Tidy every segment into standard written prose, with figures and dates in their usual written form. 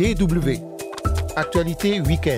DW. Actualité week-end.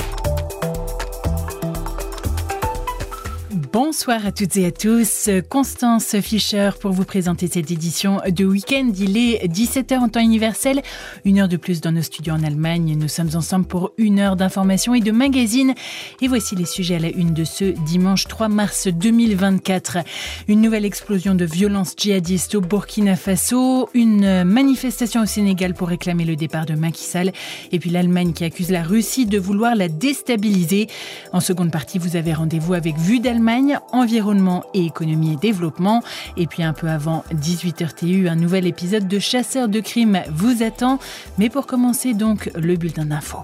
Bonsoir à toutes et à tous. Constance Fischer pour vous présenter cette édition de Week-end. Il est 17h en temps universel, 1 heure de plus dans nos studios en Allemagne. Nous sommes ensemble pour 1 heure d'information et de magazine. Et voici les sujets à la une de ce dimanche 3 mars 2024. Une nouvelle explosion de violence djihadiste au Burkina Faso, une manifestation au Sénégal pour réclamer le départ de Macky Sall, et puis l'Allemagne qui accuse la Russie de vouloir la déstabiliser. En seconde partie, vous avez rendez-vous avec Vue d'Allemagne, environnement et économie et développement. Et puis un peu avant 18h TU, un nouvel épisode de Chasseurs de crimes vous attend. Mais pour commencer donc, le bulletin d'info.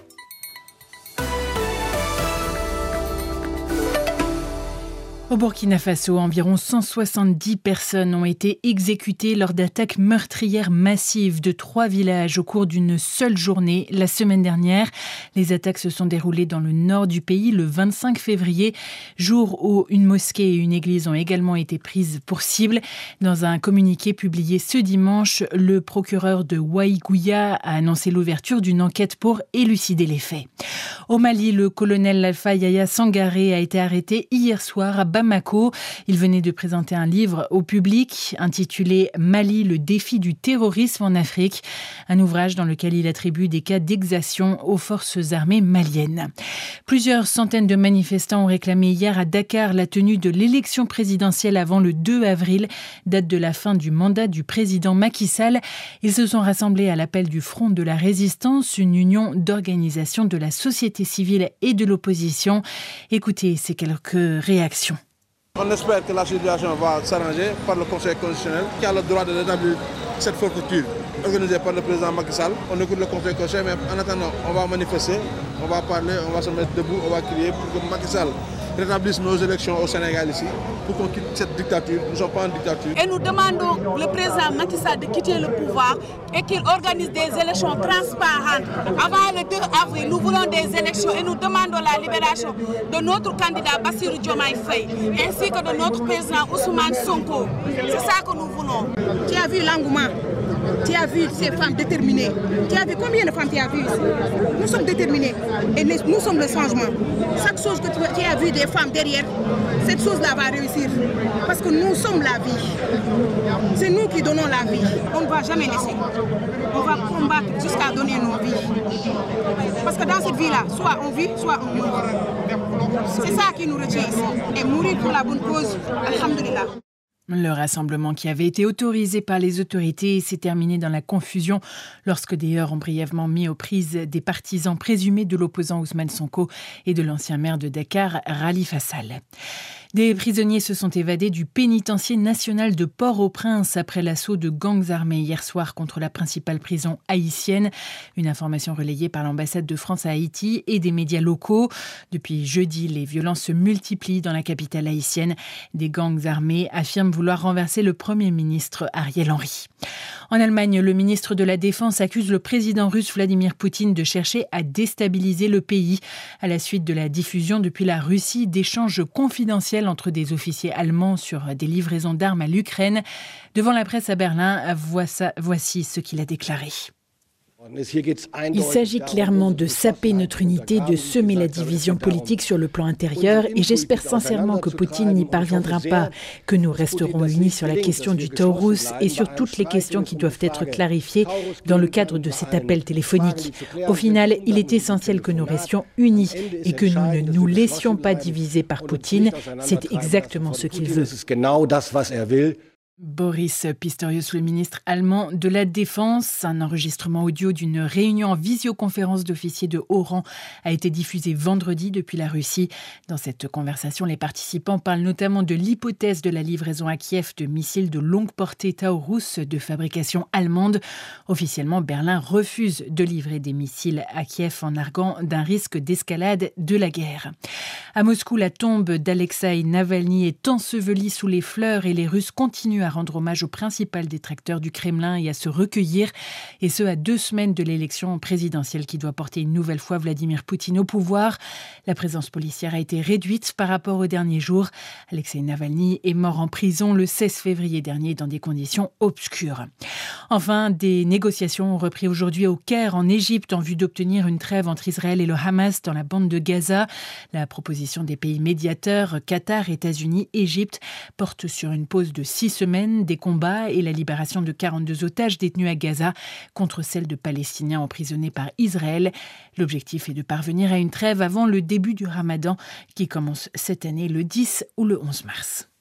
Au Burkina Faso, environ 170 personnes ont été exécutées lors d'attaques meurtrières massives de 3 villages au cours d'une seule journée la semaine dernière. Les attaques se sont déroulées dans le nord du pays le 25 février, jour où une mosquée et une église ont également été prises pour cible. Dans un communiqué publié ce dimanche, le procureur de Ouaïgouya a annoncé l'ouverture d'une enquête pour élucider les faits. Au Mali, le colonel Alpha Yaya Sangaré a été arrêté hier soir à Bamako. Il venait de présenter un livre au public intitulé « Mali, le défi du terrorisme en Afrique », un ouvrage dans lequel il attribue des cas d'exaction aux forces armées maliennes. Plusieurs centaines de manifestants ont réclamé hier à Dakar la tenue de l'élection présidentielle avant le 2 avril, date de la fin du mandat du président Macky Sall. Ils se sont rassemblés à l'appel du Front de la Résistance, une union d'organisations de la société civile et de l'opposition. Écoutez ces quelques réactions. On espère que la situation va s'arranger par le Conseil constitutionnel qui a le droit de rétablir cette forfaiture organisée par le président Macky Sall. On écoute le Conseil constitutionnel, mais en attendant, on va manifester, on va parler, on va se mettre debout, on va crier pour que Macky Sall rétablisse nos élections au Sénégal ici, pour qu'on quitte cette dictature. Nous ne sommes pas en dictature. Et nous demandons le président Macky Sall de quitter le pouvoir et qu'il organise des élections transparentes. Avant le 2 avril, nous voulons des élections et nous demandons la libération de notre candidat Bassirou Diomaye Faye ainsi que de notre président Ousmane Sonko. C'est ça que nous voulons. Tu as vu l'engouement, tu as vu ces femmes déterminées. Tu as vu combien de femmes tu as vu ici? Nous sommes déterminés et nous sommes le changement. Chaque chose que tu as vu des femmes derrière, cette chose-là va réussir. Parce que nous sommes la vie. C'est nous qui donnons la vie. On ne va jamais laisser. On va combattre jusqu'à donner nos vies. Parce que dans cette vie-là, soit on vit, soit on meurt. C'est ça qui nous retient ici. Et mourir pour la bonne cause, alhamdoulilah. Le rassemblement qui avait été autorisé par les autorités s'est terminé dans la confusion lorsque des heurts ont brièvement mis aux prises des partisans présumés de l'opposant Ousmane Sonko et de l'ancien maire de Dakar, Khalifa Sall. Des prisonniers se sont évadés du pénitencier national de Port-au-Prince après l'assaut de gangs armés hier soir contre la principale prison haïtienne. Une information relayée par l'ambassade de France à Haïti et des médias locaux. Depuis jeudi, les violences se multiplient dans la capitale haïtienne. Des gangs armés affirment vouloir renverser le Premier ministre Ariel Henry. En Allemagne, le ministre de la Défense accuse le président russe Vladimir Poutine de chercher à déstabiliser le pays à la suite de la diffusion depuis la Russie d'échanges confidentiels entre des officiers allemands sur des livraisons d'armes à l'Ukraine. Devant la presse à Berlin, voici ce qu'il a déclaré. Il s'agit clairement de saper notre unité, de semer la division politique sur le plan intérieur et j'espère sincèrement que Poutine n'y parviendra pas, que nous resterons unis sur la question du Taurus et sur toutes les questions qui doivent être clarifiées dans le cadre de cet appel téléphonique. Au final, il est essentiel que nous restions unis et que nous ne nous laissions pas diviser par Poutine. C'est exactement ce qu'il veut. Boris Pistorius, le ministre allemand de la Défense. Un enregistrement audio d'une réunion en visioconférence d'officiers de haut rang a été diffusé vendredi depuis la Russie. Dans cette conversation, les participants parlent notamment de l'hypothèse de la livraison à Kiev de missiles de longue portée Taurus de fabrication allemande. Officiellement, Berlin refuse de livrer des missiles à Kiev en arguant d'un risque d'escalade de la guerre. À Moscou, la tombe d'Alexeï Navalny est ensevelie sous les fleurs et les Russes continuent à rendre hommage au principal détracteur du Kremlin et à se recueillir, et ce à 2 semaines de l'élection présidentielle qui doit porter une nouvelle fois Vladimir Poutine au pouvoir. La présence policière a été réduite par rapport aux derniers jours. Alexei Navalny est mort en prison le 16 février dernier dans des conditions obscures. Enfin, des négociations ont repris aujourd'hui au Caire, en Égypte, en vue d'obtenir une trêve entre Israël et le Hamas dans la bande de Gaza. La proposition des pays médiateurs, Qatar, États-Unis, Égypte, porte sur une pause de 6 semaines des combats et la libération de 42 otages détenus à Gaza contre celle de Palestiniens emprisonnés par Israël. L'objectif est de parvenir à une trêve avant le début du Ramadan qui commence cette année le 10 ou le 11 mars.